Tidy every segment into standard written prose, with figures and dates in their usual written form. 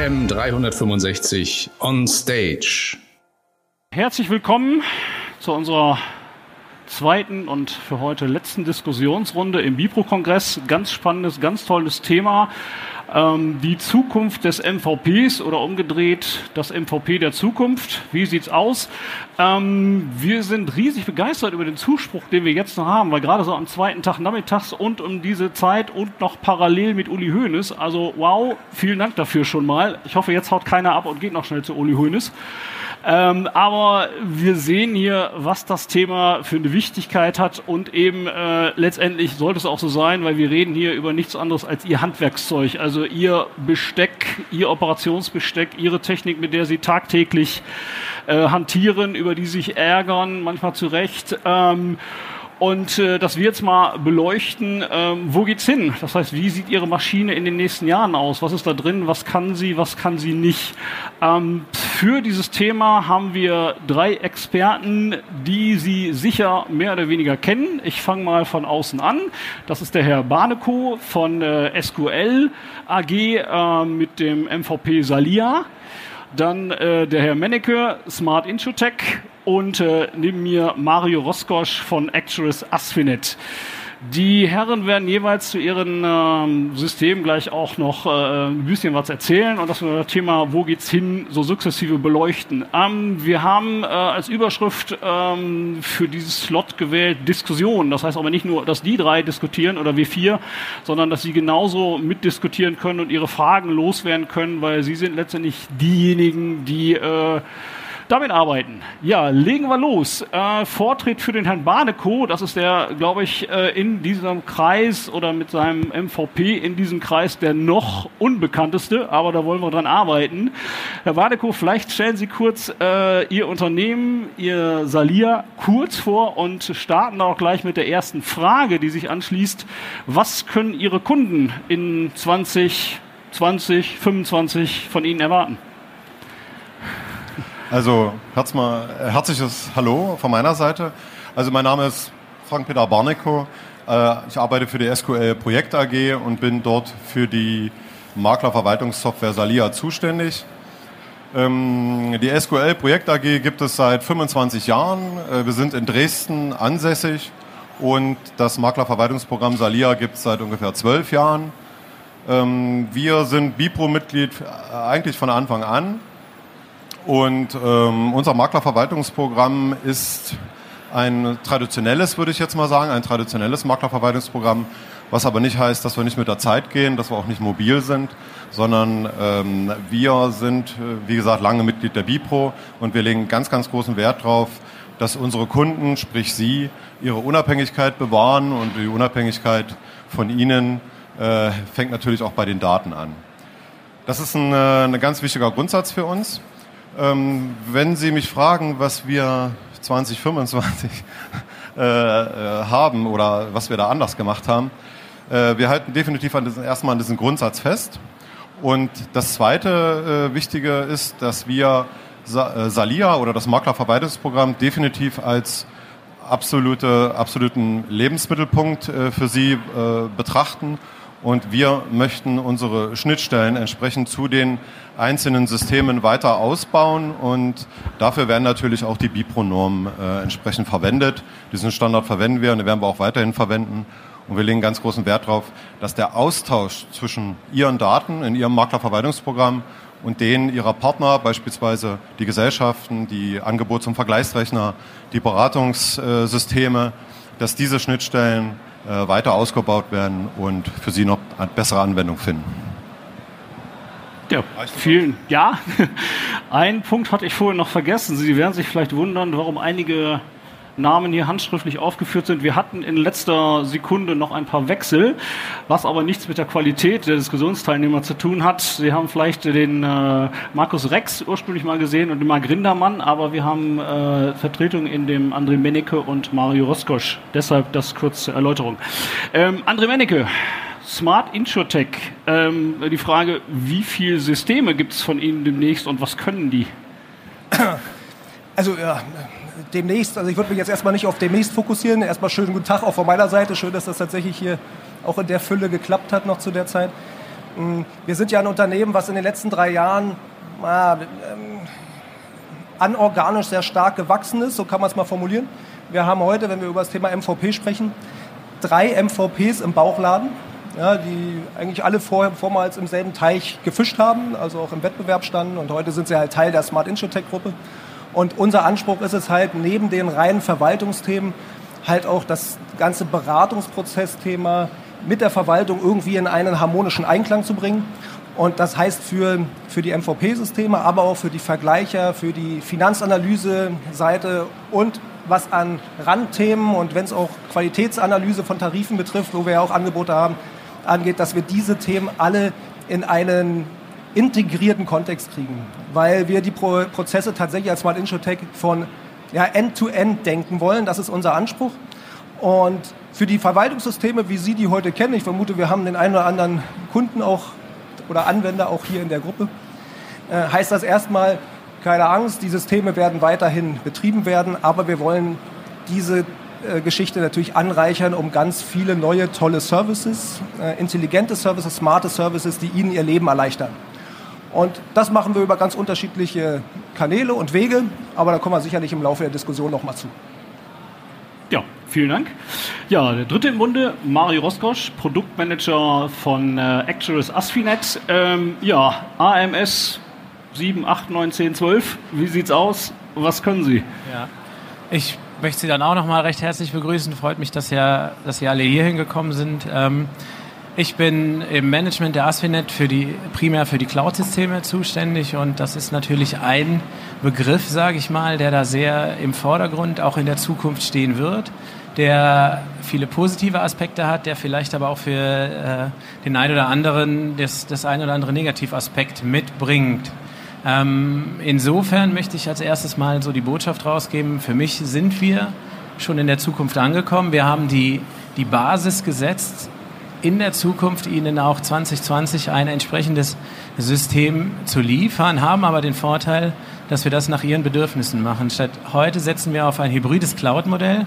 AM 365 on Stage. Herzlich willkommen zu unserer zweiten und für heute letzten Diskussionsrunde im BIPRO-Kongress. Ganz spannendes, ganz tolles Thema. Die Zukunft des MVPs oder umgedreht das MVP der Zukunft. Wie sieht's aus? Wir sind riesig begeistert über den Zuspruch, den wir jetzt noch haben, weil gerade so am zweiten Tag nachmittags und um diese Zeit und noch parallel mit Uli Hoeneß. Also wow, vielen Dank dafür schon mal. Ich hoffe, jetzt haut keiner ab und geht noch schnell zu Uli Hoeneß. Aber wir sehen hier, was das Thema für eine Wichtigkeit hat und eben letztendlich sollte es auch so sein, weil wir reden hier über nichts anderes als Ihr Handwerkszeug, also Ihr Besteck, Ihr Operationsbesteck, Ihre Technik, mit der Sie tagtäglich hantieren, über die Sie sich ärgern, manchmal zu Recht. Und dass wir jetzt mal beleuchten, wo geht's hin? Das heißt, wie sieht Ihre Maschine in den nächsten Jahren aus? Was ist da drin? Was kann sie nicht? Für dieses Thema haben wir 3 Experten, die Sie sicher mehr oder weniger kennen. Ich fange mal von außen an. Das ist der Herr Barnekow von SQL AG mit dem MVP Salia. Dann der Herr Mennecke, Smart Insurtech und neben mir Mario Roskosch von Acturis Asfinet. Die Herren werden jeweils zu ihren Systemen gleich auch noch ein bisschen was erzählen und das Thema, wo geht's hin, so sukzessive beleuchten. Wir haben als Überschrift für dieses Slot gewählt Diskussion. Das heißt aber nicht nur, dass die 3 diskutieren oder wir 4, sondern dass sie genauso mitdiskutieren können und ihre Fragen loswerden können, weil sie sind letztendlich diejenigen, die damit arbeiten. Ja, legen wir los. Vortritt für den Herrn Barnekow, das ist der, glaube ich, in diesem Kreis oder mit seinem MVP in diesem Kreis der noch unbekannteste, aber da wollen wir dran arbeiten. Herr Barnekow, vielleicht stellen Sie kurz Ihr Unternehmen, Ihr Salia kurz vor und starten auch gleich mit der ersten Frage, die sich anschließt. Was können Ihre Kunden in 2025 von Ihnen erwarten? Also herzliches Hallo von meiner Seite. Also mein Name ist Frank-Peter Barnekow. Ich arbeite für die SQL Projekt AG und bin dort für die Maklerverwaltungssoftware Salia zuständig. Die SQL Projekt AG gibt es seit 25 Jahren. Wir sind in Dresden ansässig und das Maklerverwaltungsprogramm Salia gibt es seit ungefähr 12 Jahren. Wir sind BIPRO-Mitglied eigentlich von Anfang an. Und unser Maklerverwaltungsprogramm ist ein traditionelles, würde ich jetzt mal sagen, ein traditionelles Maklerverwaltungsprogramm, was aber nicht heißt, dass wir nicht mit der Zeit gehen, dass wir auch nicht mobil sind, sondern wir sind, wie gesagt, lange Mitglied der BIPRO und wir legen ganz, ganz großen Wert darauf, dass unsere Kunden, sprich Sie, ihre Unabhängigkeit bewahren und die Unabhängigkeit von Ihnen fängt natürlich auch bei den Daten an. Das ist ein ganz wichtiger Grundsatz für uns. Wenn Sie mich fragen, was wir 2025 haben oder was wir da anders gemacht haben, wir halten definitiv erstmal an diesem Grundsatz fest. Und das zweite Wichtige ist, dass wir Salia oder das Maklerverwaltungsprogramm definitiv als absoluten Lebensmittelpunkt für Sie betrachten. Und wir möchten unsere Schnittstellen entsprechend zu den einzelnen Systemen weiter ausbauen und dafür werden natürlich auch die BIPRO-Normen entsprechend verwendet. Diesen Standard verwenden wir und den werden wir auch weiterhin verwenden. Und wir legen ganz großen Wert darauf, dass der Austausch zwischen Ihren Daten in Ihrem Maklerverwaltungsprogramm und denen Ihrer Partner, beispielsweise die Gesellschaften, die Angebots- und Vergleichsrechner, die Beratungssysteme, dass diese Schnittstellen weiter ausgebaut werden und für Sie noch eine bessere Anwendung finden. Ja, vielen. Ja, einen Punkt hatte ich vorhin noch vergessen. Sie werden sich vielleicht wundern, warum einige Namen hier handschriftlich aufgeführt sind. Wir hatten in letzter Sekunde noch ein paar Wechsel, was aber nichts mit der Qualität der Diskussionsteilnehmer zu tun hat. Sie haben vielleicht den Markus Rex ursprünglich mal gesehen und den Marc Rindermann, aber wir haben Vertretung in dem André Mennecke und Mario Roskosch. Deshalb das kurz zur Erläuterung. André Mennecke, Smart Insurtech. Die Frage, wie viele Systeme gibt es von Ihnen demnächst und was können die? Also ja, demnächst, also ich würde mich jetzt erstmal nicht auf demnächst fokussieren. Erstmal schönen guten Tag auch von meiner Seite. Schön, dass das tatsächlich hier auch in der Fülle geklappt hat noch zu der Zeit. Wir sind ja ein Unternehmen, was in den letzten 3 Jahren anorganisch sehr stark gewachsen ist, so kann man es mal formulieren. Wir haben heute, wenn wir über das Thema MVP sprechen, 3 MVPs im Bauchladen, ja, die eigentlich alle vormals im selben Teich gefischt haben, also auch im Wettbewerb standen, und heute sind sie halt Teil der Smart InsurTech-Gruppe. Und unser Anspruch ist es halt, neben den reinen Verwaltungsthemen halt auch das ganze Beratungsprozessthema mit der Verwaltung irgendwie in einen harmonischen Einklang zu bringen. Und das heißt für die MVP-Systeme, aber auch für die Vergleicher, für die Finanzanalyse-Seite und was an Randthemen und wenn es auch Qualitätsanalyse von Tarifen betrifft, wo wir ja auch Angebote haben, angeht, dass wir diese Themen alle in einen integrierten Kontext kriegen, weil wir die Prozesse tatsächlich als Smart InsurTech von End-to-End denken wollen. Das ist unser Anspruch. Und für die Verwaltungssysteme, wie Sie die heute kennen, ich vermute, wir haben den einen oder anderen Kunden auch oder Anwender auch hier in der Gruppe, heißt das erstmal, keine Angst, die Systeme werden weiterhin betrieben werden, aber wir wollen diese Geschichte natürlich anreichern um ganz viele neue, tolle Services, intelligente Services, smarte Services, die Ihnen Ihr Leben erleichtern. Und das machen wir über ganz unterschiedliche Kanäle und Wege, aber da kommen wir sicherlich im Laufe der Diskussion noch mal zu. Ja, vielen Dank. Ja, der dritte im Bunde, Mario Roskosch, Produktmanager von Acturis Asfinet. AMS 7, 8, 9, 10, 12. Wie sieht's aus? Was können Sie? Ja, ich möchte Sie dann auch noch mal recht herzlich begrüßen. Freut mich, dass Sie alle hier hingekommen sind. Ich bin im Management der Asfinet primär für die Cloud-Systeme zuständig, und das ist natürlich ein Begriff, sage ich mal, der da sehr im Vordergrund auch in der Zukunft stehen wird, der viele positive Aspekte hat, der vielleicht aber auch für den einen oder anderen das ein oder andere Negativaspekt mitbringt. Insofern möchte ich als erstes mal so die Botschaft rausgeben, für mich sind wir schon in der Zukunft angekommen. Wir haben die Basis gesetzt, in der Zukunft Ihnen auch 2020 ein entsprechendes System zu liefern, haben aber den Vorteil, dass wir das nach Ihren Bedürfnissen machen. Statt heute setzen wir auf ein hybrides Cloud-Modell,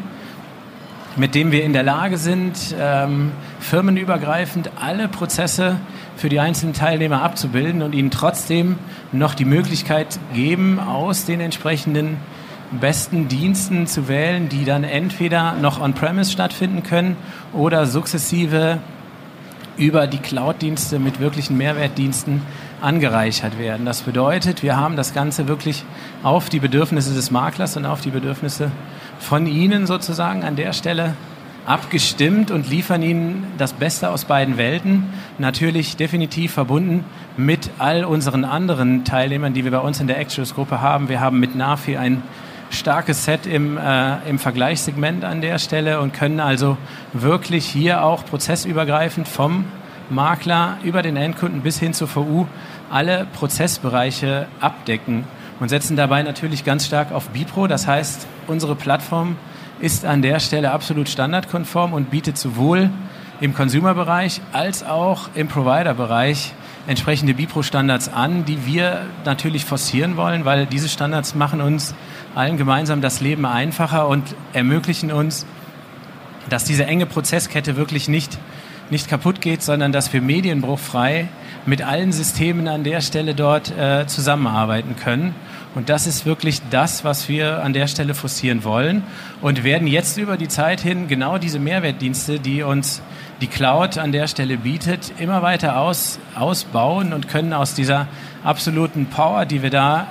mit dem wir in der Lage sind, firmenübergreifend alle Prozesse für die einzelnen Teilnehmer abzubilden und ihnen trotzdem noch die Möglichkeit geben, aus den entsprechenden besten Diensten zu wählen, die dann entweder noch on-premise stattfinden können oder sukzessive über die Cloud-Dienste mit wirklichen Mehrwertdiensten angereichert werden. Das bedeutet, wir haben das Ganze wirklich auf die Bedürfnisse des Maklers und auf die Bedürfnisse von Ihnen sozusagen an der Stelle abgestimmt und liefern Ihnen das Beste aus beiden Welten. Natürlich definitiv verbunden mit all unseren anderen Teilnehmern, die wir bei uns in der Acturis-Gruppe haben. Wir haben mit Nafi ein starkes Set im Vergleichssegment an der Stelle und können also wirklich hier auch prozessübergreifend vom Makler über den Endkunden bis hin zur VU alle Prozessbereiche abdecken und setzen dabei natürlich ganz stark auf BiPro. Das heißt, unsere Plattform ist an der Stelle absolut standardkonform und bietet sowohl im Consumer-Bereich als auch im Provider-Bereich entsprechende BiPro-Standards an, die wir natürlich forcieren wollen, weil diese Standards machen uns allen gemeinsam das Leben einfacher und ermöglichen uns, dass diese enge Prozesskette wirklich nicht kaputt geht, sondern dass wir medienbruchfrei mit allen Systemen an der Stelle dort zusammenarbeiten können. Und das ist wirklich das, was wir an der Stelle forcieren wollen und werden jetzt über die Zeit hin genau diese Mehrwertdienste, die uns die Cloud an der Stelle bietet, immer weiter ausbauen und können aus dieser absoluten Power, die wir da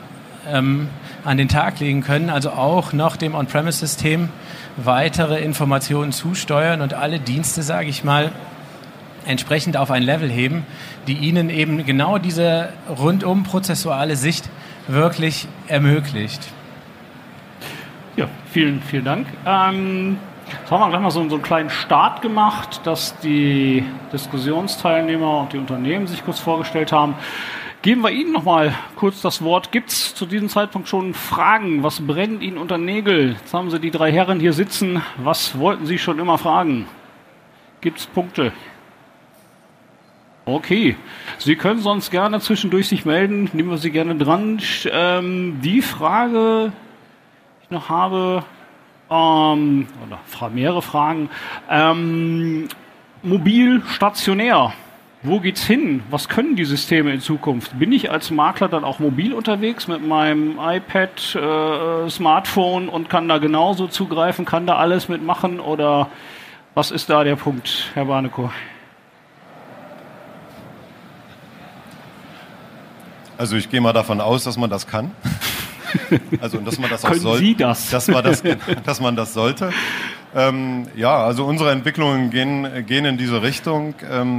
an den Tag legen können, also auch noch dem On-Premise-System weitere Informationen zusteuern und alle Dienste, sage ich mal, entsprechend auf ein Level heben, die Ihnen eben genau diese rundum prozessuale Sicht wirklich ermöglicht. Ja, vielen, vielen Dank. Jetzt haben wir gleich mal so einen kleinen Start gemacht, dass die Diskussionsteilnehmer und die Unternehmen sich kurz vorgestellt haben. Geben wir Ihnen noch mal kurz das Wort. Gibt es zu diesem Zeitpunkt schon Fragen? Was brennt Ihnen unter Nägel? Jetzt haben Sie die 3 Herren hier sitzen. Was wollten Sie schon immer fragen? Gibt es Punkte? Okay, Sie können sonst gerne zwischendurch sich melden, nehmen wir Sie gerne dran. Die Frage, die ich noch habe, oder mehrere Fragen, mobil, stationär, Wo geht's hin? Was können die Systeme in Zukunft? Bin ich als Makler dann auch mobil unterwegs mit meinem iPad, Smartphone und kann da genauso zugreifen, kann da alles mitmachen oder was ist da der Punkt, Herr Barnekow? Also ich gehe mal davon aus, dass man das kann. Also und dass man das auch Können sollte. Sie das? Dass man das sollte. Ja, also unsere Entwicklungen gehen in diese Richtung.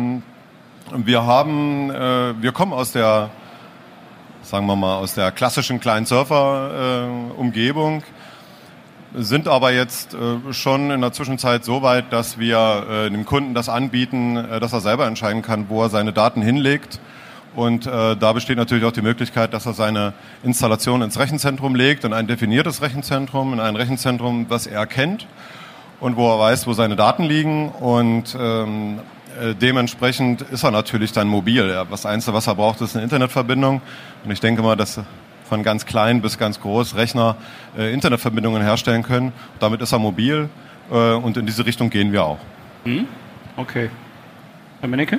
Wir kommen aus der, sagen wir mal, aus der klassischen Client-Server-Umgebung, sind aber jetzt schon in der Zwischenzeit so weit, dass wir dem Kunden das anbieten, dass er selber entscheiden kann, wo er seine Daten hinlegt. Und da besteht natürlich auch die Möglichkeit, dass er seine Installation ins Rechenzentrum legt, in ein definiertes Rechenzentrum, in ein Rechenzentrum, das er kennt und wo er weiß, wo seine Daten liegen. Und dementsprechend ist er natürlich dann mobil. Ja, das Einzige, was er braucht, ist eine Internetverbindung. Und ich denke mal, dass von ganz klein bis ganz groß Rechner Internetverbindungen herstellen können. Damit ist er mobil und in diese Richtung gehen wir auch. Okay. Herr Mennecke?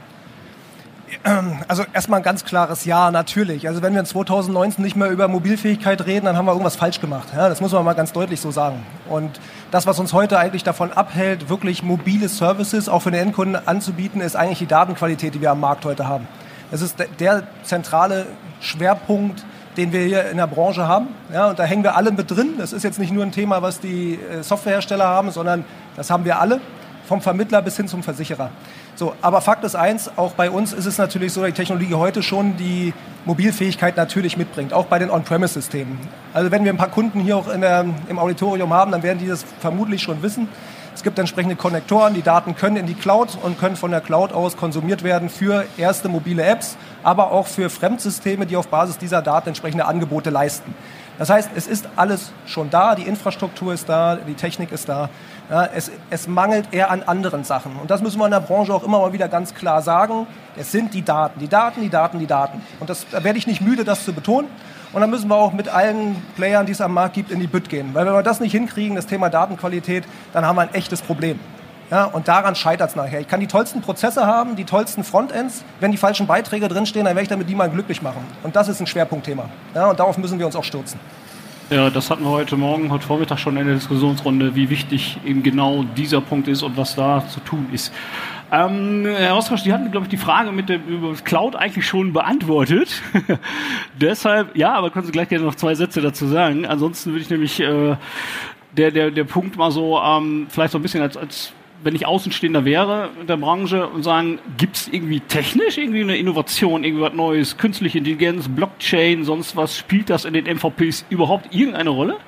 Also erstmal ein ganz klares Ja, natürlich. Also wenn wir in 2019 nicht mehr über Mobilfähigkeit reden, dann haben wir irgendwas falsch gemacht. Ja, das muss man mal ganz deutlich so sagen. Und das, was uns heute eigentlich davon abhält, wirklich mobile Services auch für den Endkunden anzubieten, ist eigentlich die Datenqualität, die wir am Markt heute haben. Das ist der zentrale Schwerpunkt, den wir hier in der Branche haben. Ja, und da hängen wir alle mit drin. Das ist jetzt nicht nur ein Thema, was die Softwarehersteller haben, sondern das haben wir alle, vom Vermittler bis hin zum Versicherer. So, aber Fakt ist eins, auch bei uns ist es natürlich so, dass die Technologie heute schon die Mobilfähigkeit natürlich mitbringt, auch bei den On-Premise-Systemen. Also wenn wir ein paar Kunden hier auch im Auditorium haben, dann werden die das vermutlich schon wissen. Es gibt entsprechende Konnektoren, die Daten können in die Cloud und können von der Cloud aus konsumiert werden für erste mobile Apps, aber auch für Fremdsysteme, die auf Basis dieser Daten entsprechende Angebote leisten. Das heißt, es ist alles schon da, die Infrastruktur ist da, die Technik ist da. Ja, es mangelt eher an anderen Sachen. Und das müssen wir in der Branche auch immer mal wieder ganz klar sagen. Es sind die Daten, die Daten, die Daten, die Daten. Und da werde ich nicht müde, das zu betonen. Und dann müssen wir auch mit allen Playern, die es am Markt gibt, in die Bütt gehen. Weil wenn wir das nicht hinkriegen, das Thema Datenqualität, dann haben wir ein echtes Problem. Ja, und daran scheitert es nachher. Ich kann die tollsten Prozesse haben, die tollsten Frontends. Wenn die falschen Beiträge drinstehen, dann werde ich damit niemanden glücklich machen. Und das ist ein Schwerpunktthema. Ja, und darauf müssen wir uns auch stürzen. Ja, das hatten wir heute Vormittag schon in der Diskussionsrunde, wie wichtig eben genau dieser Punkt ist und was da zu tun ist. Herr Austausch, Sie hatten, glaube ich, die Frage über das Cloud eigentlich schon beantwortet. Deshalb, ja, aber können Sie gleich gerne noch 2 Sätze dazu sagen. Ansonsten würde ich nämlich der Punkt mal so vielleicht so ein bisschen als wenn ich Außenstehender wäre in der Branche und sagen, gibt es irgendwie technisch irgendwie eine Innovation, irgendwie was Neues, künstliche Intelligenz, Blockchain, sonst was, spielt das in den MVPs überhaupt irgendeine Rolle?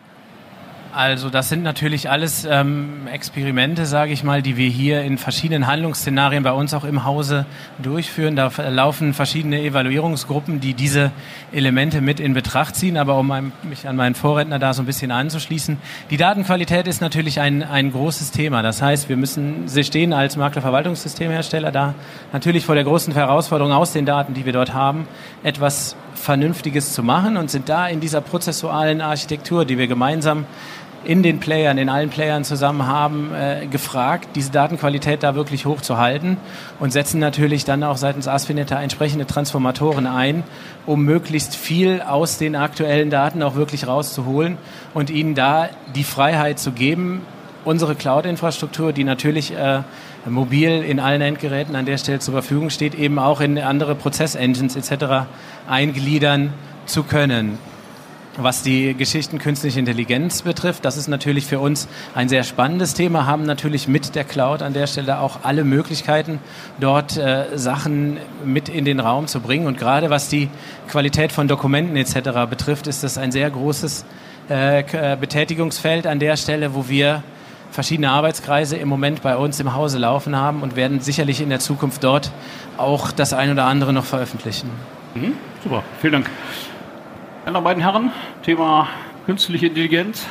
Also das sind natürlich alles Experimente, sage ich mal, die wir hier in verschiedenen Handlungsszenarien bei uns auch im Hause durchführen. Da laufen verschiedene Evaluierungsgruppen, die diese Elemente mit in Betracht ziehen. Aber um mich an meinen Vorredner da so ein bisschen anzuschließen, die Datenqualität ist natürlich ein großes Thema. Das heißt, Sie stehen als Maklerverwaltungssystemhersteller da natürlich vor der großen Herausforderung, aus den Daten, die wir dort haben, etwas Vernünftiges zu machen und sind da in dieser prozessualen Architektur, die wir gemeinsam in allen Playern zusammen haben, gefragt, diese Datenqualität da wirklich hochzuhalten und setzen natürlich dann auch seitens ASFINET entsprechende Transformatoren ein, um möglichst viel aus den aktuellen Daten auch wirklich rauszuholen und ihnen da die Freiheit zu geben, unsere Cloud-Infrastruktur, die natürlich mobil in allen Endgeräten an der Stelle zur Verfügung steht, eben auch in andere Prozess-Engines etc. eingliedern zu können. Was die Geschichten künstliche Intelligenz betrifft, das ist natürlich für uns ein sehr spannendes Thema, haben natürlich mit der Cloud an der Stelle auch alle Möglichkeiten, dort Sachen mit in den Raum zu bringen. Und gerade was die Qualität von Dokumenten etc. betrifft, ist das ein sehr großes Betätigungsfeld an der Stelle, wo wir verschiedene Arbeitskreise im Moment bei uns im Hause laufen haben und werden sicherlich in der Zukunft dort auch das ein oder andere noch veröffentlichen. Super, vielen Dank. Andere beiden Herren, Thema künstliche Intelligenz.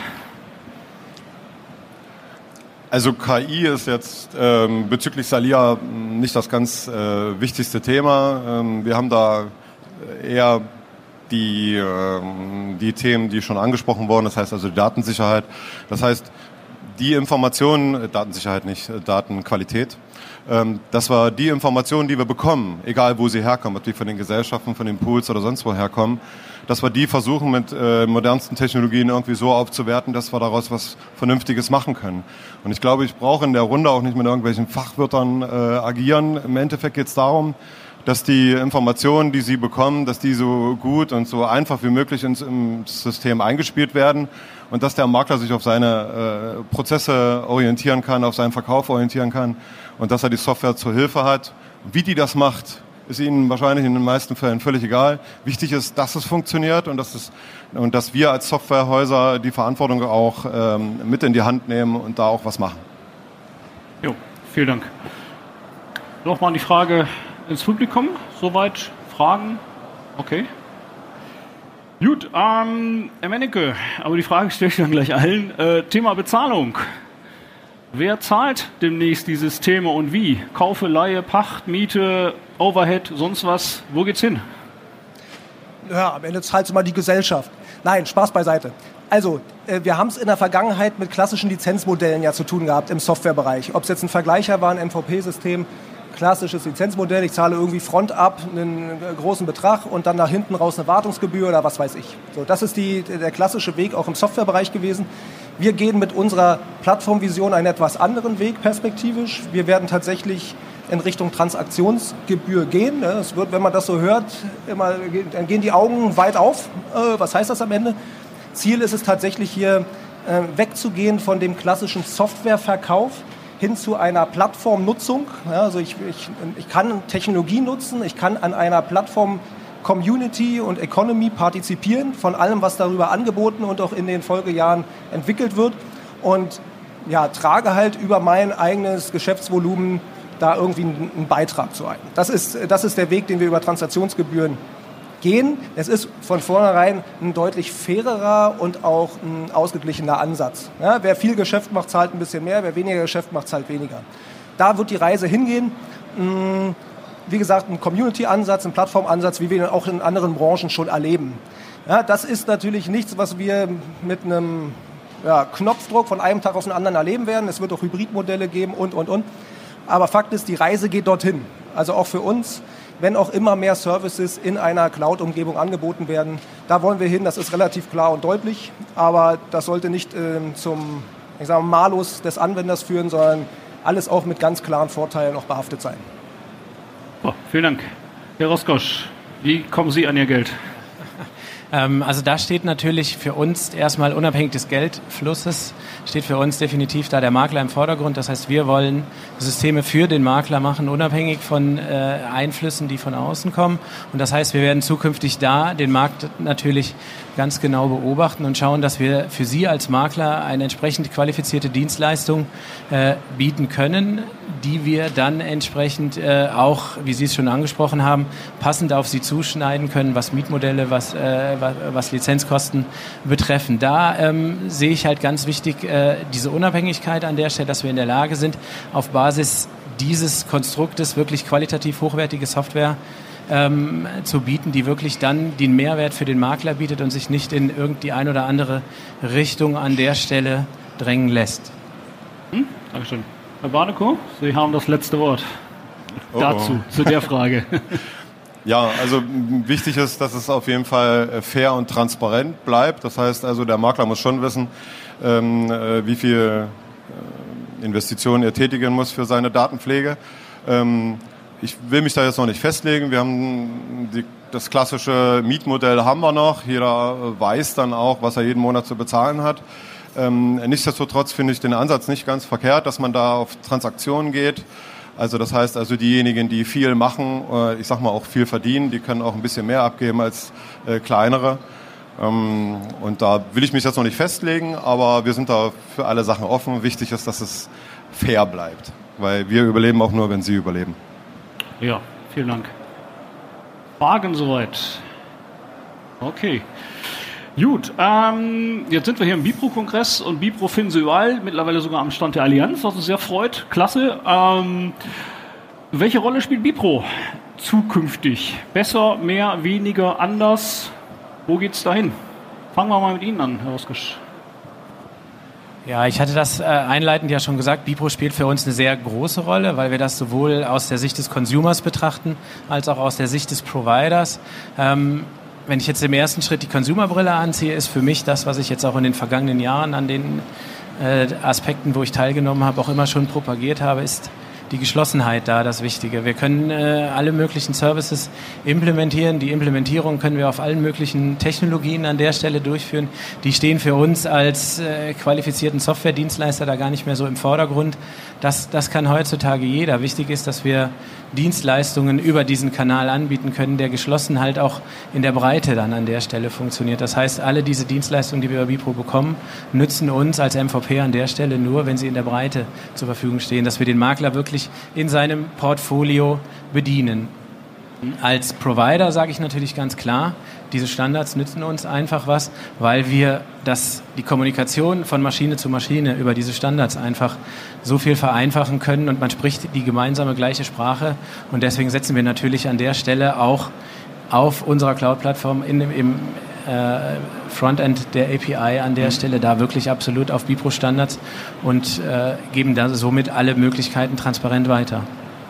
Also KI ist jetzt bezüglich Salia nicht das ganz wichtigste Thema. Wir haben da eher die Themen, die schon angesprochen wurden, das heißt also die Datensicherheit. Das heißt, die Informationen, Datensicherheit nicht, Datenqualität, dass wir die Informationen, die wir bekommen, egal wo sie herkommen, ob die von den Gesellschaften, von den Pools oder sonst wo herkommen, dass wir die versuchen mit modernsten Technologien irgendwie so aufzuwerten, dass wir daraus was Vernünftiges machen können. Und ich glaube, ich brauche in der Runde auch nicht mit irgendwelchen Fachwörtern agieren. Im Endeffekt geht es darum, dass die Informationen, die Sie bekommen, dass die so gut und so einfach wie möglich ins System eingespielt werden und dass der Makler sich auf seine Prozesse orientieren kann, auf seinen Verkauf orientieren kann und dass er die Software zur Hilfe hat. Wie die das macht, ist Ihnen wahrscheinlich in den meisten Fällen völlig egal. Wichtig ist, dass es funktioniert und dass wir als Softwarehäuser die Verantwortung auch mit in die Hand nehmen und da auch was machen. Jo, vielen Dank. Nochmal die Frage ins Publikum. Soweit Fragen? Okay. Gut, Herr Mennecke, aber die Frage stelle ich dann gleich allen. Thema Bezahlung. Wer zahlt demnächst die Systeme und wie? Kaufe, Leihe, Pacht, Miete, Overhead, sonst was? Wo geht's hin? Ja, am Ende zahlt mal die Gesellschaft. Nein, Spaß beiseite. Also, wir haben es in der Vergangenheit mit klassischen Lizenzmodellen ja zu tun gehabt im Softwarebereich. Ob es jetzt ein Vergleicher war, ein MVP-System, klassisches Lizenzmodell, ich zahle irgendwie Front ab einen großen Betrag und dann nach hinten raus eine Wartungsgebühr oder was weiß ich. So, das ist der klassische Weg auch im Softwarebereich gewesen. Wir gehen mit unserer Plattformvision einen etwas anderen Weg perspektivisch. Wir werden tatsächlich in Richtung Transaktionsgebühr gehen. Es wird, wenn man das so hört, dann gehen die Augen weit auf. Was heißt das am Ende? Ziel ist es tatsächlich hier wegzugehen von dem klassischen Softwareverkauf hin zu einer Plattformnutzung. Ja, also ich kann Technologie nutzen, ich kann an einer Plattform Community und Economy partizipieren, von allem, was darüber angeboten und auch in den Folgejahren entwickelt wird und ja, trage halt über mein eigenes Geschäftsvolumen da irgendwie einen Beitrag zu ein. Das ist der Weg, den wir über Transaktionsgebühren gehen. Es ist von vornherein ein deutlich fairerer und auch ein ausgeglichener Ansatz. Ja, wer viel Geschäft macht, zahlt ein bisschen mehr, wer weniger Geschäft macht, zahlt weniger. Da wird die Reise hingehen. Wie gesagt, ein Community-Ansatz, ein Plattformansatz, wie wir ihn auch in anderen Branchen schon erleben. Ja, das ist natürlich nichts, was wir mit einem Knopfdruck von einem Tag auf den anderen erleben werden. Es wird auch Hybridmodelle geben und. Aber Fakt ist, die Reise geht dorthin. Also auch für uns, wenn auch immer mehr Services in einer Cloud-Umgebung angeboten werden. Da wollen wir hin, das ist relativ klar und deutlich. Aber das sollte nicht zum Malus des Anwenders führen, sondern alles auch mit ganz klaren Vorteilen auch behaftet sein. Oh, vielen Dank. Herr Roskosch, wie kommen Sie an Ihr Geld? Also da steht natürlich für uns erstmal unabhängig des Geldflusses, steht für uns definitiv da der Makler im Vordergrund. Das heißt, wir wollen Systeme für den Makler machen, unabhängig von Einflüssen, die von außen kommen. Und das heißt, wir werden zukünftig da den Markt natürlich ganz genau beobachten und schauen, dass wir für Sie als Makler eine entsprechend qualifizierte Dienstleistung bieten können, die wir dann entsprechend auch, wie Sie es schon angesprochen haben, passend auf Sie zuschneiden können, was Mietmodelle, was Lizenzkosten betreffen. Da sehe ich halt ganz wichtig diese Unabhängigkeit an der Stelle, dass wir in der Lage sind, auf Basis dieses Konstruktes wirklich qualitativ hochwertige Software zu bieten, die wirklich dann den Mehrwert für den Makler bietet und sich nicht in irgendeine ein oder andere Richtung an der Stelle drängen lässt. Dankeschön. Herr Barnekow, Sie haben das letzte Wort dazu, zu der Frage. Ja, also wichtig ist, dass es auf jeden Fall fair und transparent bleibt. Das heißt also, der Makler muss schon wissen, wie viel Investitionen er tätigen muss für seine Datenpflege. Ich will mich da jetzt noch nicht festlegen. Wir haben das klassische Mietmodell haben wir noch. Jeder weiß dann auch, was er jeden Monat zu bezahlen hat. Nichtsdestotrotz finde ich den Ansatz nicht ganz verkehrt, dass man da auf Transaktionen geht. Also das heißt also, diejenigen, die viel machen, ich sag mal auch viel verdienen, die können auch ein bisschen mehr abgeben als kleinere. Und da will ich mich jetzt noch nicht festlegen, aber wir sind da für alle Sachen offen. Wichtig ist, dass es fair bleibt, weil wir überleben auch nur, wenn Sie überleben. Ja, vielen Dank. Fragen soweit? Okay. Gut, jetzt sind wir hier im Bipro-Kongress und Bipro finden Sie überall, mittlerweile sogar am Stand der Allianz, was uns sehr freut. Klasse. Welche Rolle spielt Bipro zukünftig? Besser, mehr, weniger, anders? Wo geht's dahin? Fangen wir mal mit Ihnen an, Herr Roskosch. Ja, ich hatte das einleitend ja schon gesagt, Bipro spielt für uns eine sehr große Rolle, weil wir das sowohl aus der Sicht des Consumers betrachten, als auch aus der Sicht des Providers. Wenn ich jetzt im ersten Schritt die Consumerbrille anziehe, ist für mich das, was ich jetzt auch in den vergangenen Jahren an den Aspekten, wo ich teilgenommen habe, auch immer schon propagiert habe, ist die Geschlossenheit da das Wichtige. Wir können alle möglichen Services implementieren. Die Implementierung können wir auf allen möglichen Technologien an der Stelle durchführen. Die stehen für uns als qualifizierten Software-Dienstleister da gar nicht mehr so im Vordergrund. Das kann heutzutage jeder. Wichtig ist, dass wir Dienstleistungen über diesen Kanal anbieten können, der geschlossen halt auch in der Breite dann an der Stelle funktioniert. Das heißt, alle diese Dienstleistungen, die wir über Bipro bekommen, nützen uns als MVP an der Stelle nur, wenn sie in der Breite zur Verfügung stehen, dass wir den Makler wirklich in seinem Portfolio bedienen. Als Provider sage ich natürlich ganz klar, diese Standards nützen uns einfach was, weil wir die Kommunikation von Maschine zu Maschine über diese Standards einfach so viel vereinfachen können und man spricht die gemeinsame gleiche Sprache und deswegen setzen wir natürlich an der Stelle auch auf unserer Cloud-Plattform im Frontend der API an der Stelle da wirklich absolut auf Bipro-Standards und geben da somit alle Möglichkeiten transparent weiter.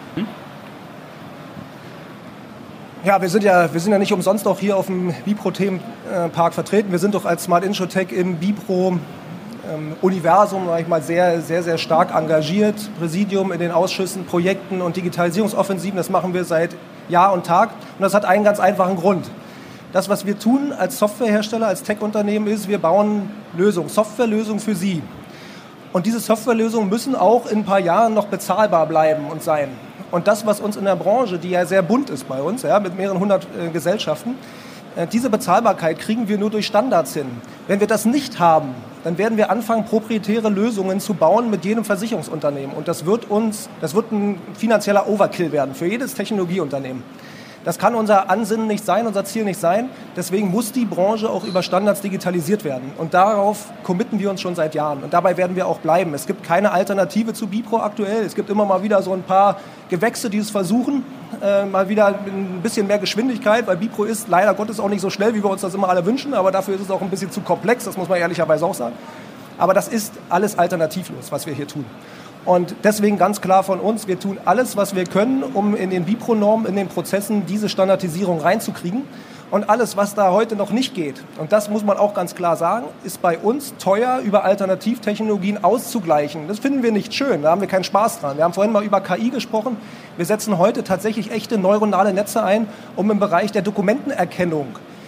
Ja, wir sind ja nicht umsonst auch hier auf dem Bipro-Themenpark vertreten. Wir sind doch als Smart InsurTech im Bipro-Universum, sag ich mal, sehr, sehr, sehr stark engagiert. Präsidium in den Ausschüssen, Projekten und Digitalisierungsoffensiven, das machen wir seit Jahr und Tag. Und das hat einen ganz einfachen Grund. Das, was wir tun als Softwarehersteller, als Tech-Unternehmen, ist, wir bauen Lösungen, Softwarelösungen für Sie. Und diese Softwarelösungen müssen auch in ein paar Jahren noch bezahlbar bleiben und sein. Und das, was uns in der Branche, die ja sehr bunt ist bei uns, ja, mit mehreren hundert Gesellschaften, diese Bezahlbarkeit kriegen wir nur durch Standards hin. Wenn wir das nicht haben, dann werden wir anfangen, proprietäre Lösungen zu bauen mit jedem Versicherungsunternehmen. Und das wird ein finanzieller Overkill werden für jedes Technologieunternehmen. Das kann unser Ansinnen nicht sein, unser Ziel nicht sein. Deswegen muss die Branche auch über Standards digitalisiert werden. Und darauf committen wir uns schon seit Jahren. Und dabei werden wir auch bleiben. Es gibt keine Alternative zu Bipro aktuell. Es gibt immer mal wieder so ein paar Gewächse, die es versuchen. Mal wieder ein bisschen mehr Geschwindigkeit, weil Bipro ist leider Gottes auch nicht so schnell, wie wir uns das immer alle wünschen. Aber dafür ist es auch ein bisschen zu komplex, das muss man ehrlicherweise auch sagen. Aber das ist alles alternativlos, was wir hier tun. Und deswegen ganz klar von uns, wir tun alles, was wir können, um in den Bipro-Normen, in den Prozessen diese Standardisierung reinzukriegen. Und alles, was da heute noch nicht geht, und das muss man auch ganz klar sagen, ist bei uns teuer über Alternativtechnologien auszugleichen. Das finden wir nicht schön, da haben wir keinen Spaß dran. Wir haben vorhin mal über KI gesprochen. Wir setzen heute tatsächlich echte neuronale Netze ein, um im Bereich der Dokumentenerkennung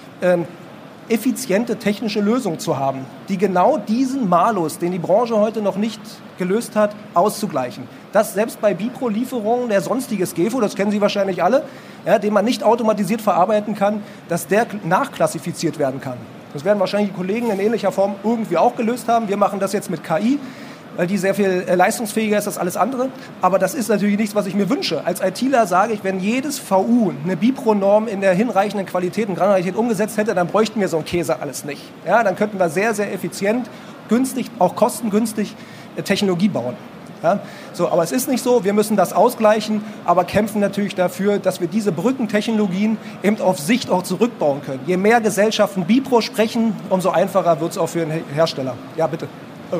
effiziente technische Lösungen zu haben, die genau diesen Malus, den die Branche heute noch nicht gelöst hat, auszugleichen. Das selbst bei Bipro-Lieferungen, der sonstiges GEFO, das kennen Sie wahrscheinlich alle, ja, den man nicht automatisiert verarbeiten kann, dass der nachklassifiziert werden kann. Das werden wahrscheinlich die Kollegen in ähnlicher Form irgendwie auch gelöst haben. Wir machen das jetzt mit KI, weil die sehr viel leistungsfähiger ist als alles andere. Aber das ist natürlich nichts, was ich mir wünsche. Als ITler sage ich, wenn jedes VU eine Bipro-Norm in der hinreichenden Qualität und Granularität umgesetzt hätte, dann bräuchten wir so einen Käse alles nicht. Ja, dann könnten wir sehr, sehr effizient, günstig, auch kostengünstig Technologie bauen. Ja, so, aber es ist nicht so, wir müssen das ausgleichen, aber kämpfen natürlich dafür, dass wir diese Brückentechnologien eben auf Sicht auch zurückbauen können. Je mehr Gesellschaften Bipro sprechen, umso einfacher wird es auch für den Hersteller. Ja, bitte. Oh.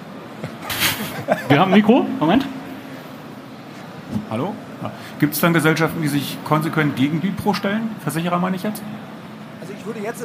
Wir haben ein Mikro. Moment. Hallo? Ja. Gibt es dann Gesellschaften, die sich konsequent gegen Bipro stellen? Versicherer meine ich jetzt? Also ich würde jetzt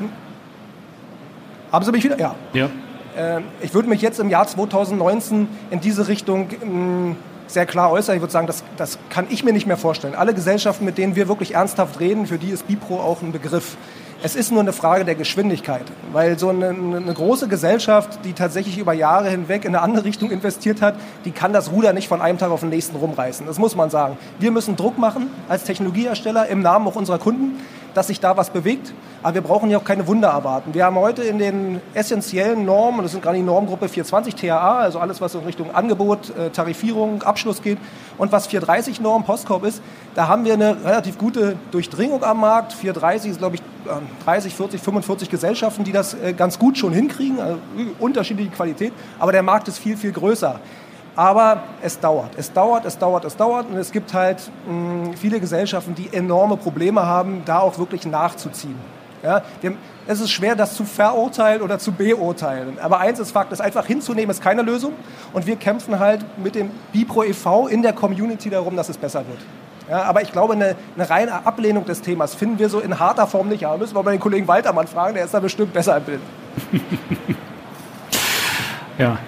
Haben Sie mich wieder? Ja. Ja. Ich würde mich jetzt im Jahr 2019 in diese Richtung sehr klar äußern. Ich würde sagen, das kann ich mir nicht mehr vorstellen. Alle Gesellschaften, mit denen wir wirklich ernsthaft reden, für die ist Bipro auch ein Begriff. Es ist nur eine Frage der Geschwindigkeit, weil so eine große Gesellschaft, die tatsächlich über Jahre hinweg in eine andere Richtung investiert hat, die kann das Ruder nicht von einem Tag auf den nächsten rumreißen. Das muss man sagen. Wir müssen Druck machen als Technologiehersteller im Namen auch unserer Kunden, dass sich da was bewegt. Aber wir brauchen ja auch keine Wunder erwarten. Wir haben heute in den essentiellen Normen, das sind gerade die Normgruppe 420 TAA, also alles, was in Richtung Angebot, Tarifierung, Abschluss geht, und was 430 Norm Postcorp ist, da haben wir eine relativ gute Durchdringung am Markt. 430 ist, glaube ich, 30, 40, 45 Gesellschaften, die das ganz gut schon hinkriegen, also unterschiedliche Qualität, aber der Markt ist viel, viel größer. Aber es dauert und es gibt halt viele Gesellschaften, die enorme Probleme haben, da auch wirklich nachzuziehen. Ja, es ist schwer, das zu verurteilen oder zu beurteilen. Aber eins ist Fakt, das einfach hinzunehmen, ist keine Lösung. Und wir kämpfen halt mit dem Bipro e.V. in der Community darum, dass es besser wird. Ja, aber ich glaube, eine reine Ablehnung des Themas finden wir so in harter Form nicht. Ja, müssen wir mal den Kollegen Waltermann fragen, der ist da bestimmt besser im Bild. Ja.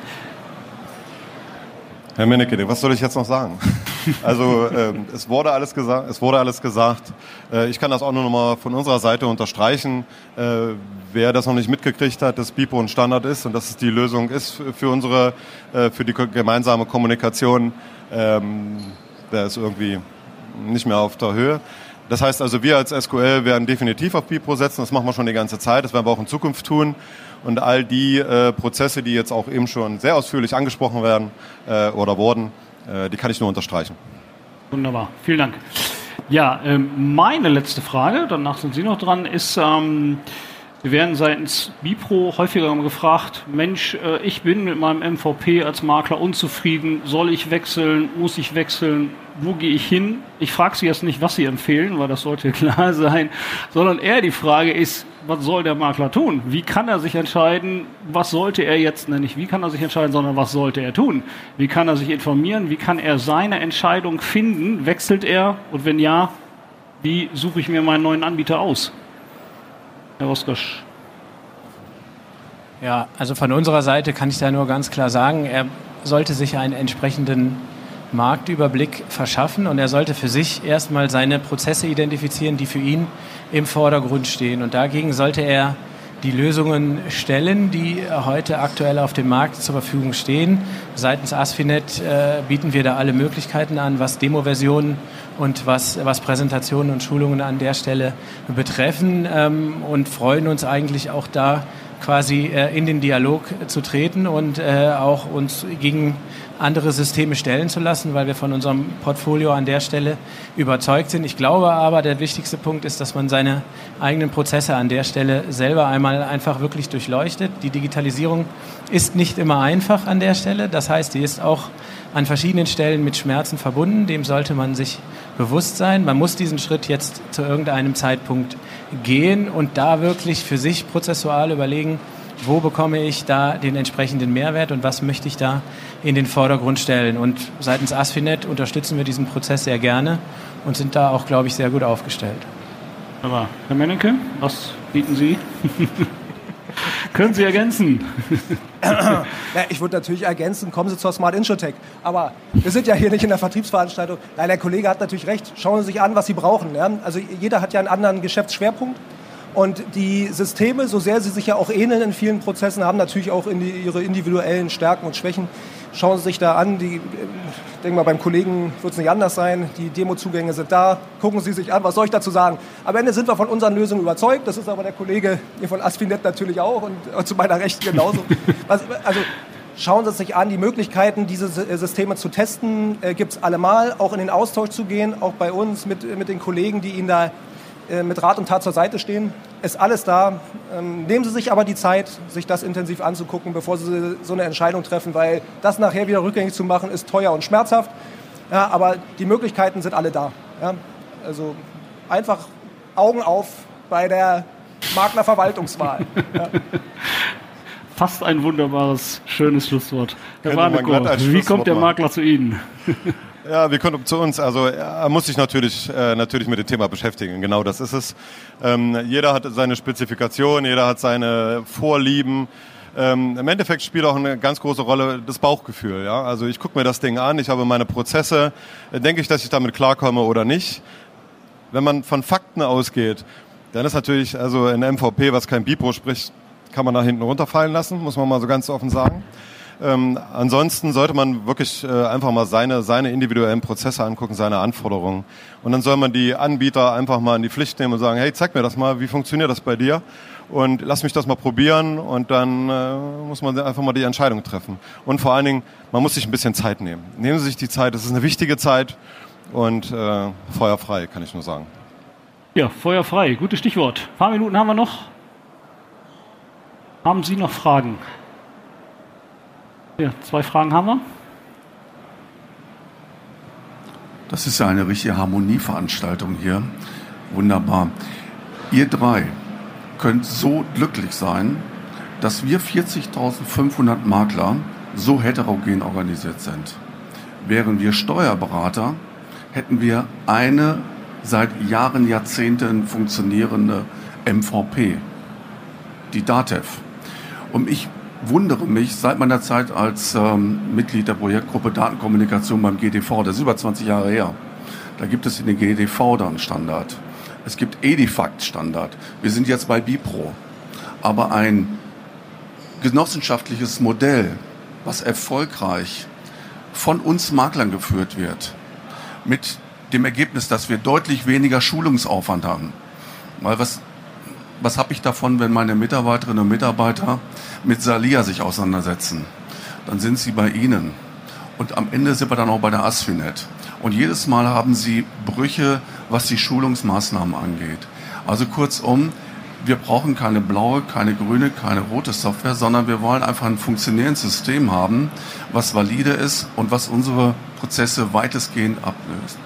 Herr Mennecke, was soll ich jetzt noch sagen? Also es wurde alles gesagt. Ich kann das auch nur noch mal von unserer Seite unterstreichen. Wer das noch nicht mitgekriegt hat, dass Bipro ein Standard ist und dass es die Lösung ist für die gemeinsame Kommunikation, der ist irgendwie nicht mehr auf der Höhe. Das heißt also, wir als SQL werden definitiv auf Bipro setzen. Das machen wir schon die ganze Zeit. Das werden wir auch in Zukunft tun. Und all die Prozesse, die jetzt auch eben schon sehr ausführlich angesprochen werden oder wurden, die kann ich nur unterstreichen. Wunderbar, vielen Dank. Ja, meine letzte Frage, danach sind Sie noch dran, ist, wir werden seitens Bipro häufiger gefragt, Mensch, ich bin mit meinem MVP als Makler unzufrieden, soll ich wechseln, muss ich wechseln, wo gehe ich hin? Ich frage Sie jetzt nicht, was Sie empfehlen, weil das sollte klar sein, sondern eher die Frage ist, was soll der Makler tun? Wie kann er sich entscheiden, was sollte er jetzt, nicht wie kann er sich entscheiden, sondern was sollte er tun? Wie kann er sich informieren? Wie kann er seine Entscheidung finden? Wechselt er? Und wenn ja, wie suche ich mir meinen neuen Anbieter aus? Herr Oskosch. Ja, also von unserer Seite kann ich da nur ganz klar sagen, er sollte sich einen entsprechenden Marktüberblick verschaffen und er sollte für sich erstmal seine Prozesse identifizieren, die für ihn im Vordergrund stehen. Und dagegen sollte er die Lösungen stellen, die heute aktuell auf dem Markt zur Verfügung stehen. Seitens ASFINET bieten wir da alle Möglichkeiten an, was Demo-Versionen und was Präsentationen und Schulungen an der Stelle betreffen und freuen uns eigentlich auch da quasi in den Dialog zu treten und auch uns gegen andere Systeme stellen zu lassen, weil wir von unserem Portfolio an der Stelle überzeugt sind. Ich glaube aber, der wichtigste Punkt ist, dass man seine eigenen Prozesse an der Stelle selber einmal einfach wirklich durchleuchtet. Die Digitalisierung ist nicht immer einfach an der Stelle. Das heißt, die ist auch an verschiedenen Stellen mit Schmerzen verbunden. Dem sollte man sich bewusst sein. Man muss diesen Schritt jetzt zu irgendeinem Zeitpunkt gehen und da wirklich für sich prozessual überlegen, wo bekomme ich da den entsprechenden Mehrwert und was möchte ich da in den Vordergrund stellen. Und seitens ASFINET unterstützen wir diesen Prozess sehr gerne und sind da auch, glaube ich, sehr gut aufgestellt. Aber Herr Mennecke, was bieten Sie? Können Sie ergänzen? Ja, ich würde natürlich ergänzen, kommen Sie zur Smart Insurtech. Aber wir sind ja hier nicht in der Vertriebsveranstaltung. Nein, der Kollege hat natürlich recht. Schauen Sie sich an, was Sie brauchen. Ja? Also jeder hat ja einen anderen Geschäftsschwerpunkt. Und die Systeme, so sehr sie sich ja auch ähneln in vielen Prozessen, haben natürlich auch ihre individuellen Stärken und Schwächen. Schauen Sie sich da an, ich denke mal, beim Kollegen wird es nicht anders sein. Die Demozugänge sind da. Gucken Sie sich an, was soll ich dazu sagen? Am Ende sind wir von unseren Lösungen überzeugt. Das ist aber der Kollege hier von ASFINET natürlich auch und zu meiner Rechten genauso. Also schauen Sie sich an, die Möglichkeiten, diese Systeme zu testen, gibt es allemal. Auch in den Austausch zu gehen, auch bei uns mit den Kollegen, die Ihnen da mit Rat und Tat zur Seite stehen, ist alles da. Nehmen Sie sich aber die Zeit, sich das intensiv anzugucken, bevor Sie so eine Entscheidung treffen, weil das nachher wieder rückgängig zu machen, ist teuer und schmerzhaft. Ja, aber die Möglichkeiten sind alle da. Ja, also einfach Augen auf bei der Maklerverwaltungswahl. Ja. Fast ein wunderbares, schönes Schlusswort. Herr Warneko, wie kommt der machen. Makler zu Ihnen? Ja, wie kommt zu uns? Also er muss sich natürlich mit dem Thema beschäftigen. Genau, das ist es. Jeder hat seine Spezifikation, jeder hat seine Vorlieben. Im Endeffekt spielt auch eine ganz große Rolle das Bauchgefühl. Ja? Also ich gucke mir das Ding an, ich habe meine Prozesse. Denke ich, dass ich damit klarkomme oder nicht? Wenn man von Fakten ausgeht, dann ist natürlich, also ein MVP, was kein Bipro spricht, kann man nach hinten runterfallen lassen, muss man mal so ganz offen sagen. Ansonsten sollte man wirklich einfach mal seine individuellen Prozesse angucken, seine Anforderungen. Und dann soll man die Anbieter einfach mal in die Pflicht nehmen und sagen, hey, zeig mir das mal, wie funktioniert das bei dir? Und lass mich das mal probieren und dann muss man einfach mal die Entscheidung treffen. Und vor allen Dingen, man muss sich ein bisschen Zeit nehmen. Nehmen Sie sich die Zeit, das ist eine wichtige Zeit und feuerfrei, kann ich nur sagen. Ja, feuerfrei, gutes Stichwort. Ein paar Minuten haben wir noch. Haben Sie noch Fragen? Ja, 2 Fragen haben wir. Das ist ja eine richtige Harmonieveranstaltung hier. Wunderbar. Ihr 3, könnt so glücklich sein, dass wir 40.500 Makler so heterogen organisiert sind. Wären wir Steuerberater, hätten wir eine seit Jahren, Jahrzehnten funktionierende MVP, die DATEV. Und ich wundere mich seit meiner Zeit als Mitglied der Projektgruppe Datenkommunikation beim GDV, das ist über 20 Jahre her. Da gibt es in den GDV dann Standard. Es gibt Edifact Standard. Wir sind jetzt bei Bipro. Aber ein genossenschaftliches Modell, was erfolgreich von uns Maklern geführt wird, mit dem Ergebnis, dass wir deutlich weniger Schulungsaufwand haben. Weil was habe ich davon, wenn meine Mitarbeiterinnen und Mitarbeiter mit Salia sich auseinandersetzen? Dann sind sie bei Ihnen. Und am Ende sind wir dann auch bei der ASFINET. Und jedes Mal haben sie Brüche, was die Schulungsmaßnahmen angeht. Also kurzum, wir brauchen keine blaue, keine grüne, keine rote Software, sondern wir wollen einfach ein funktionierendes System haben, was valide ist und was unsere Prozesse weitestgehend ablöst.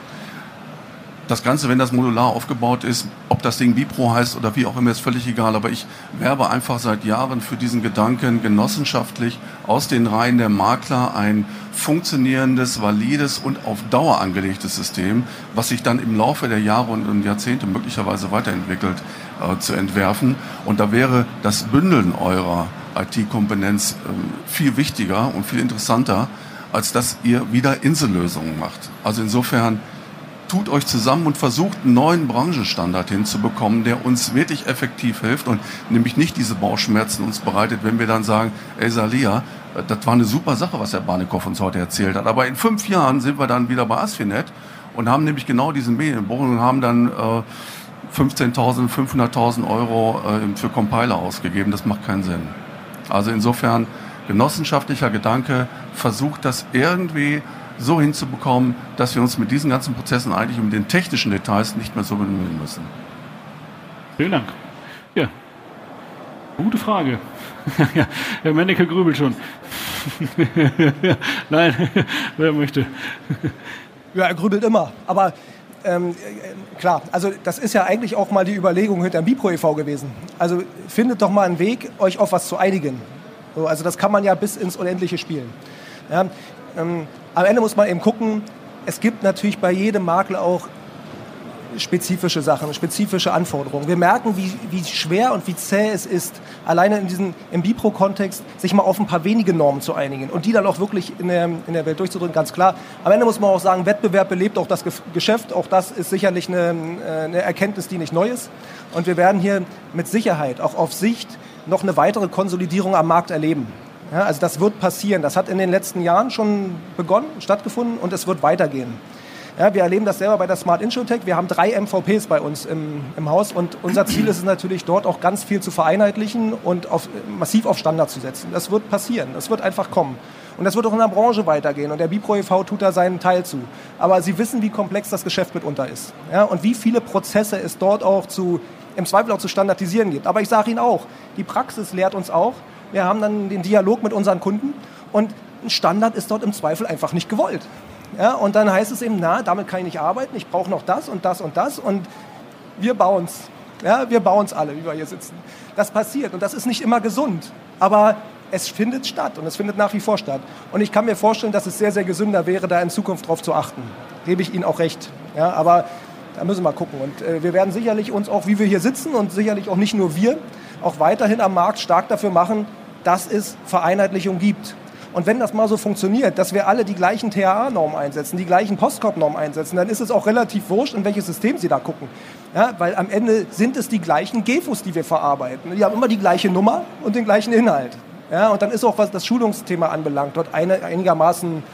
Das Ganze, wenn das modular aufgebaut ist, ob das Ding Bipro heißt oder wie auch immer, ist völlig egal. Aber ich werbe einfach seit Jahren für diesen Gedanken, genossenschaftlich aus den Reihen der Makler ein funktionierendes, valides und auf Dauer angelegtes System, was sich dann im Laufe der Jahre und Jahrzehnte möglicherweise weiterentwickelt, zu entwerfen. Und da wäre das Bündeln eurer IT-Kompetenz viel wichtiger und viel interessanter, als dass ihr wieder Insellösungen macht. Also insofern, tut euch zusammen und versucht, einen neuen Branchenstandard hinzubekommen, der uns wirklich effektiv hilft und nämlich nicht diese Bauchschmerzen uns bereitet, wenn wir dann sagen, ey Salia, das war eine super Sache, was Herr Barnikow uns heute erzählt hat. Aber in 5 Jahren sind wir dann wieder bei ASFINET und haben nämlich genau diesen Medienbruch und haben dann 15.000, 500.000 Euro für Compiler ausgegeben. Das macht keinen Sinn. Also insofern, genossenschaftlicher Gedanke, versucht das irgendwie so hinzubekommen, dass wir uns mit diesen ganzen Prozessen eigentlich um den technischen Details nicht mehr so bemühen müssen. Vielen Dank. Ja, gute Frage. Ja, Herr Mennecke grübelt schon. Nein, wer möchte? Ja, er grübelt immer. Aber klar, also das ist ja eigentlich auch mal die Überlegung hinter dem Bipro e.V. gewesen. Also findet doch mal einen Weg, euch auf was zu einigen. So, also das kann man ja bis ins Unendliche spielen. Ja, am Ende muss man eben gucken, es gibt natürlich bei jedem Makler auch spezifische Sachen, spezifische Anforderungen. Wir merken, wie schwer und wie zäh es ist, alleine im Bipro-Kontext sich mal auf ein paar wenige Normen zu einigen und die dann auch wirklich in der Welt durchzudrücken, ganz klar. Am Ende muss man auch sagen, Wettbewerb belebt auch das Geschäft. Auch das ist sicherlich eine Erkenntnis, die nicht neu ist. Und wir werden hier mit Sicherheit auch auf Sicht noch eine weitere Konsolidierung am Markt erleben. Ja, also das wird passieren. Das hat in den letzten Jahren schon begonnen, stattgefunden und es wird weitergehen. Ja, wir erleben das selber bei der Smart Insurtech. Wir haben 3 MVPs bei uns im Haus und unser Ziel ist es natürlich, dort auch ganz viel zu vereinheitlichen und massiv auf Standard zu setzen. Das wird passieren. Das wird einfach kommen. Und das wird auch in der Branche weitergehen. Und der Bipro e.V. tut da seinen Teil zu. Aber Sie wissen, wie komplex das Geschäft mitunter ist. Ja, und wie viele Prozesse es dort auch im Zweifel auch zu standardisieren gibt. Aber ich sage Ihnen auch, die Praxis lehrt uns auch, wir haben dann den Dialog mit unseren Kunden und ein Standard ist dort im Zweifel einfach nicht gewollt. Ja, und dann heißt es eben, damit kann ich nicht arbeiten, ich brauche noch das und das und das und wir bauen es. Ja, wir bauen es alle, wie wir hier sitzen. Das passiert und das ist nicht immer gesund, aber es findet statt und es findet nach wie vor statt. Und ich kann mir vorstellen, dass es sehr, sehr gesünder wäre, da in Zukunft drauf zu achten. Gebe ich Ihnen auch recht. Ja, aber da müssen wir gucken. Und wir werden sicherlich uns auch, wie wir hier sitzen und sicherlich auch nicht nur wir, auch weiterhin am Markt stark dafür machen, dass es Vereinheitlichung gibt. Und wenn das mal so funktioniert, dass wir alle die gleichen THA-Normen einsetzen, die gleichen Postkorb-Normen einsetzen, dann ist es auch relativ wurscht, in welches System Sie da gucken. Ja, weil am Ende sind es die gleichen GEFUs, die wir verarbeiten. Die haben immer die gleiche Nummer und den gleichen Inhalt. Ja, und dann ist auch, was das Schulungsthema anbelangt, dort einigermaßen,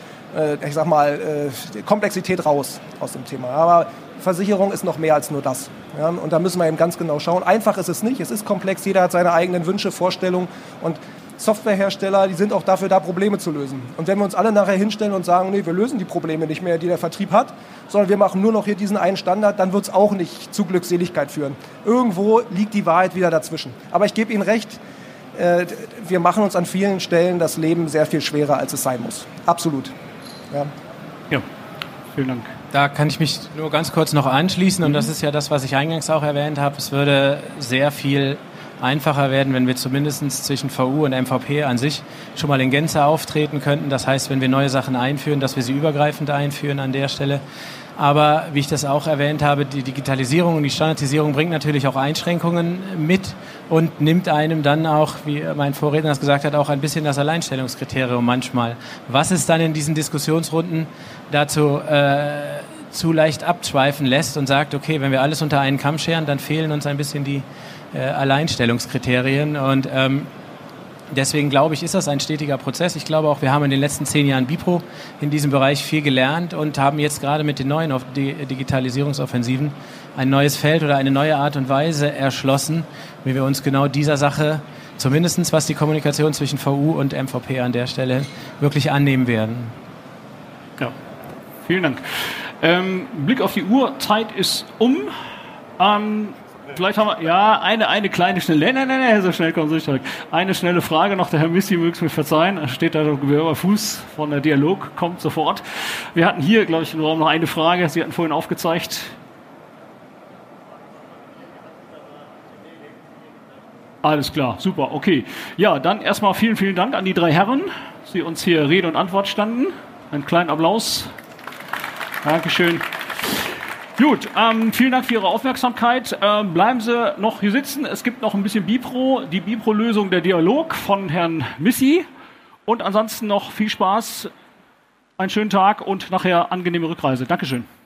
Komplexität raus aus dem Thema. Aber Versicherung ist noch mehr als nur das. Ja, und da müssen wir eben ganz genau schauen. Einfach ist es nicht, es ist komplex, jeder hat seine eigenen Wünsche, Vorstellungen und Softwarehersteller, die sind auch dafür da, Probleme zu lösen. Und wenn wir uns alle nachher hinstellen und sagen, nee, wir lösen die Probleme nicht mehr, die der Vertrieb hat, sondern wir machen nur noch hier diesen einen Standard, dann wird es auch nicht zu Glückseligkeit führen. Irgendwo liegt die Wahrheit wieder dazwischen. Aber ich gebe Ihnen recht, wir machen uns an vielen Stellen das Leben sehr viel schwerer, als es sein muss. Absolut. Ja, vielen Dank. Da kann ich mich nur ganz kurz noch anschließen und das ist ja das, was ich eingangs auch erwähnt habe. Es würde sehr viel einfacher werden, wenn wir zumindest zwischen VU und MVP an sich schon mal in Gänze auftreten könnten. Das heißt, wenn wir neue Sachen einführen, dass wir sie übergreifend einführen an der Stelle. Aber wie ich das auch erwähnt habe, die Digitalisierung und die Standardisierung bringt natürlich auch Einschränkungen mit und nimmt einem dann auch, wie mein Vorredner das gesagt hat, auch ein bisschen das Alleinstellungskriterium manchmal. Was es dann in diesen Diskussionsrunden dazu zu leicht abschweifen lässt und sagt, okay, wenn wir alles unter einen Kamm scheren, dann fehlen uns ein bisschen die Alleinstellungskriterien und deswegen glaube ich, ist das ein stetiger Prozess. Ich glaube auch, wir haben in den letzten 10 Jahren BIPRO in diesem Bereich viel gelernt und haben jetzt gerade mit den neuen Digitalisierungsoffensiven ein neues Feld oder eine neue Art und Weise erschlossen, wie wir uns genau dieser Sache, zumindest was die Kommunikation zwischen VU und MVP an der Stelle, wirklich annehmen werden. Ja, vielen Dank. Blick auf die Uhr, Zeit ist um. Vielleicht haben wir, ja, eine kleine schnelle, nein, so schnell kommen Sie nicht zurück. Eine schnelle Frage noch, der Herr Missi möge es mir verzeihen, da steht da über Fuß von der Dialog, kommt sofort. Wir hatten hier, glaube ich, im Raum noch eine Frage, Sie hatten vorhin aufgezeigt. Alles klar, super, okay. Ja, dann erstmal vielen Dank an die 3 Herren, die uns hier Rede und Antwort standen. Einen kleinen Applaus. Dankeschön. Gut, vielen Dank für Ihre Aufmerksamkeit. Bleiben Sie noch hier sitzen. Es gibt noch ein bisschen BIPRO, die BIPRO-Lösung der Dialog von Herrn Missi. Und ansonsten noch viel Spaß, einen schönen Tag und nachher angenehme Rückreise. Dankeschön.